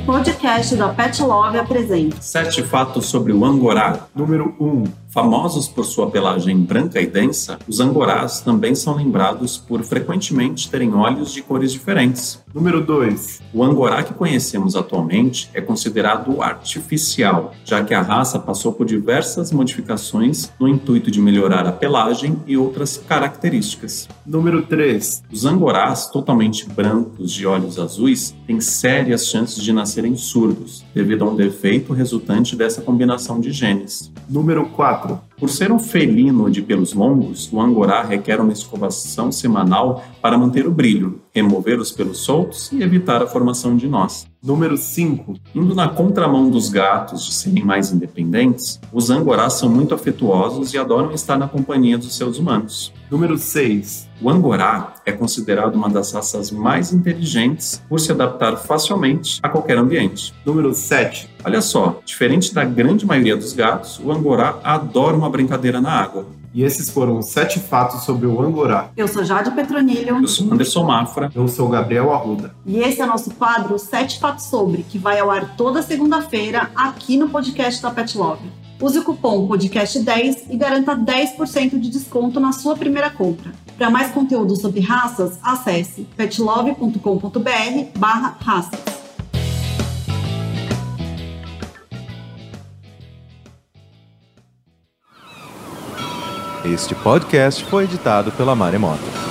podcast da Pet Love apresenta 7 fatos sobre o angorá. Número 1. Famosos por sua pelagem branca e densa, os angorás também são lembrados por frequentemente terem olhos de cores diferentes. Número 2. O angorá que conhecemos atualmente é considerado artificial, já que a raça passou por diversas modificações no intuito de melhorar a pelagem e outras características. Número 3. Os angorás totalmente brancos de olhos azuis têm sérias chances de nascerem surdos, devido a um defeito resultante dessa combinação de genes. Número 4. Por ser um felino de pelos longos, o angorá requer uma escovação semanal para manter o brilho, remover os pelos soltos e evitar a formação de nós. Número 5. Indo na contramão dos gatos de serem mais independentes, os angorás são muito afetuosos e adoram estar na companhia dos seus humanos. Número 6. O angorá é considerado uma das raças mais inteligentes por se adaptar facilmente a qualquer ambiente. Número 7. Olha só, diferente da grande maioria dos gatos, o angorá adora uma brincadeira na água. E esses foram os 7 fatos sobre o angorá. Eu sou Jade Petronilho. Eu sou Anderson Mafra. Eu sou Gabriel Arruda. E esse é nosso quadro 7 Fatos Sobre, que vai ao ar toda segunda-feira aqui no podcast da Pet Love. Use o cupom podcast10 e garanta 10% de desconto na sua primeira compra. Para mais conteúdo sobre raças, acesse petlove.com.br/raças. Este podcast foi editado pela Maremoto.